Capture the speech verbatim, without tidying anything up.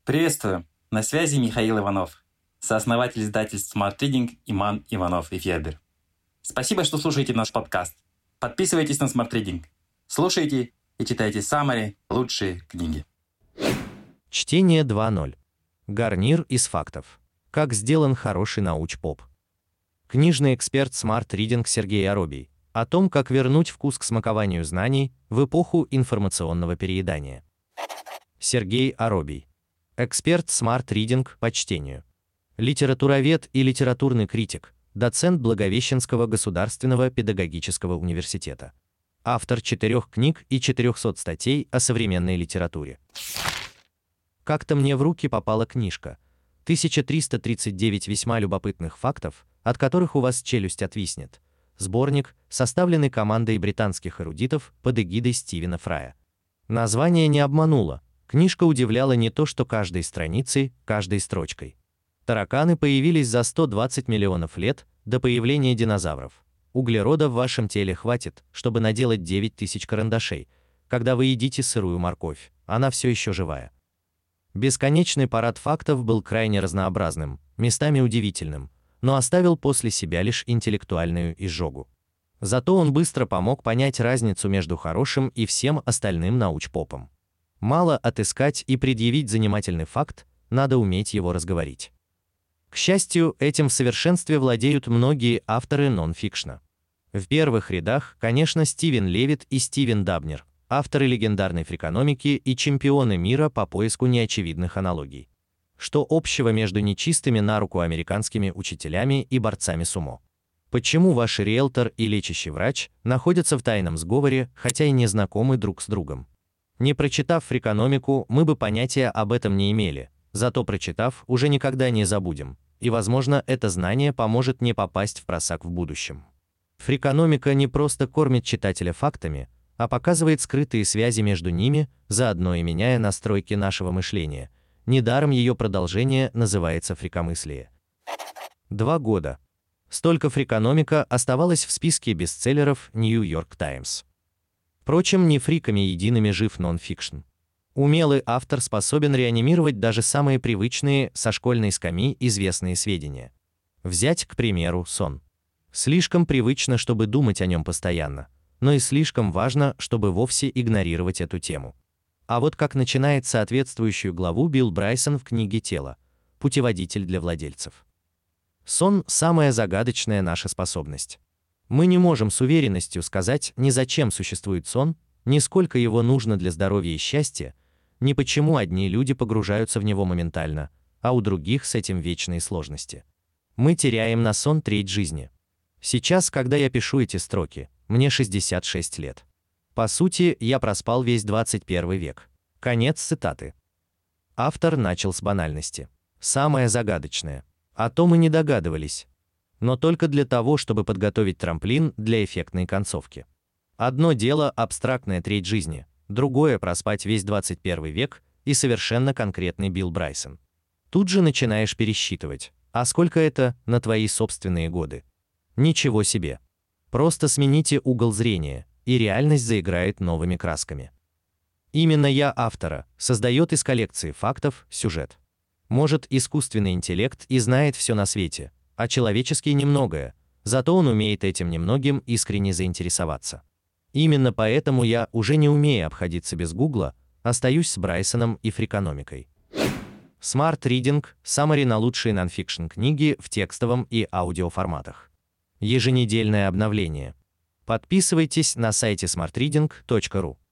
Приветствую! На связи Михаил Иванов, сооснователь издательств Smart Reading Иман Иванов и Федер. Спасибо, что слушаете наш подкаст. Подписывайтесь на Smart Reading. Слушайте и читайте самые лучшие книги. Чтение два ноль. Гарнир из фактов. Как сделан хороший науч-поп. Книжный эксперт Smart Reading Сергей Аробий о том, как вернуть вкус к смакованию знаний в эпоху информационного переедания. Сергей Аробий. Эксперт Smart Reading по чтению. Литературовед и литературный критик, доцент Благовещенского государственного педагогического университета. Автор четырех книг и четырехсот статей о современной литературе. Как-то мне в руки попала книжка тысяча триста тридцать девять весьма любопытных фактов, от которых у вас челюсть отвиснет. Сборник, составленный командой британских эрудитов под эгидой Стивена Фрая. Название не обмануло. Книжка удивляла не то что каждой страницей, каждой строчкой. Тараканы появились за сто двадцать миллионов лет до появления динозавров. Углерода в вашем теле хватит, чтобы наделать девять тысяч карандашей. Когда вы едите сырую морковь, она все еще живая. Бесконечный парад фактов был крайне разнообразным, местами удивительным, но оставил после себя лишь интеллектуальную изжогу. Зато он быстро помог понять разницу между хорошим и всем остальным науч-попом. Мало отыскать и предъявить занимательный факт, надо уметь его разговорить. К счастью, этим в совершенстве владеют многие авторы нон-фикшна. В первых рядах, конечно, Стивен Левит и Стивен Дабнер, авторы легендарной фрикономики и чемпионы мира по поиску неочевидных аналогий. Что общего между нечистыми на руку американскими учителями и борцами сумо? Почему ваш риэлтор и лечащий врач находятся в тайном сговоре, хотя и не знакомы друг с другом? Не прочитав фрикономику, мы бы понятия об этом не имели, зато прочитав, уже никогда не забудем, и, возможно, это знание поможет не попасть в просак в будущем. Фрикономика не просто кормит читателя фактами, а показывает скрытые связи между ними, заодно и меняя настройки нашего мышления. Недаром ее продолжение называется фрикомыслие. Два года. Столько фрикономика оставалась в списке бестселлеров New York Times. Впрочем, не фриками едиными жив нон-фикшн. Умелый автор способен реанимировать даже самые привычные со школьной скамьи известные сведения. Взять, к примеру, сон. Слишком привычно, чтобы думать о нем постоянно, но и слишком важно, чтобы вовсе игнорировать эту тему. А вот как начинает соответствующую главу Билл Брайсон в книге «Тело. Путеводитель для владельцев». Сон – самая загадочная наша способность. Мы не можем с уверенностью сказать ни зачем существует сон, ни сколько его нужно для здоровья и счастья, ни почему одни люди погружаются в него моментально, а у других с этим вечные сложности. Мы теряем на сон треть жизни. Сейчас, когда я пишу эти строки, мне шестьдесят шесть лет. По сути, я проспал весь двадцать первый век. Конец цитаты. Автор начал с банальности. Самое загадочное. О том мы не догадывались. Но только для того, чтобы подготовить трамплин для эффектной концовки. Одно дело абстрактная треть жизни, другое проспать весь двадцать первый век и совершенно конкретный Билл Брайсон. Тут же начинаешь пересчитывать, а сколько это на твои собственные годы? Ничего себе. Просто смените угол зрения, и реальность заиграет новыми красками. Именно я автора создает из коллекции фактов сюжет. Может, искусственный интеллект и знает все на свете, а человеческий немногое, зато он умеет этим немногим искренне заинтересоваться. Именно поэтому я, уже не умея обходиться без Гугла, остаюсь с Брайсоном и фрикономикой. Smart Reading – Summary на лучшие нонфикшн книги в текстовом и аудиоформатах. Еженедельное обновление. Подписывайтесь на сайте смарт ридинг точка ру.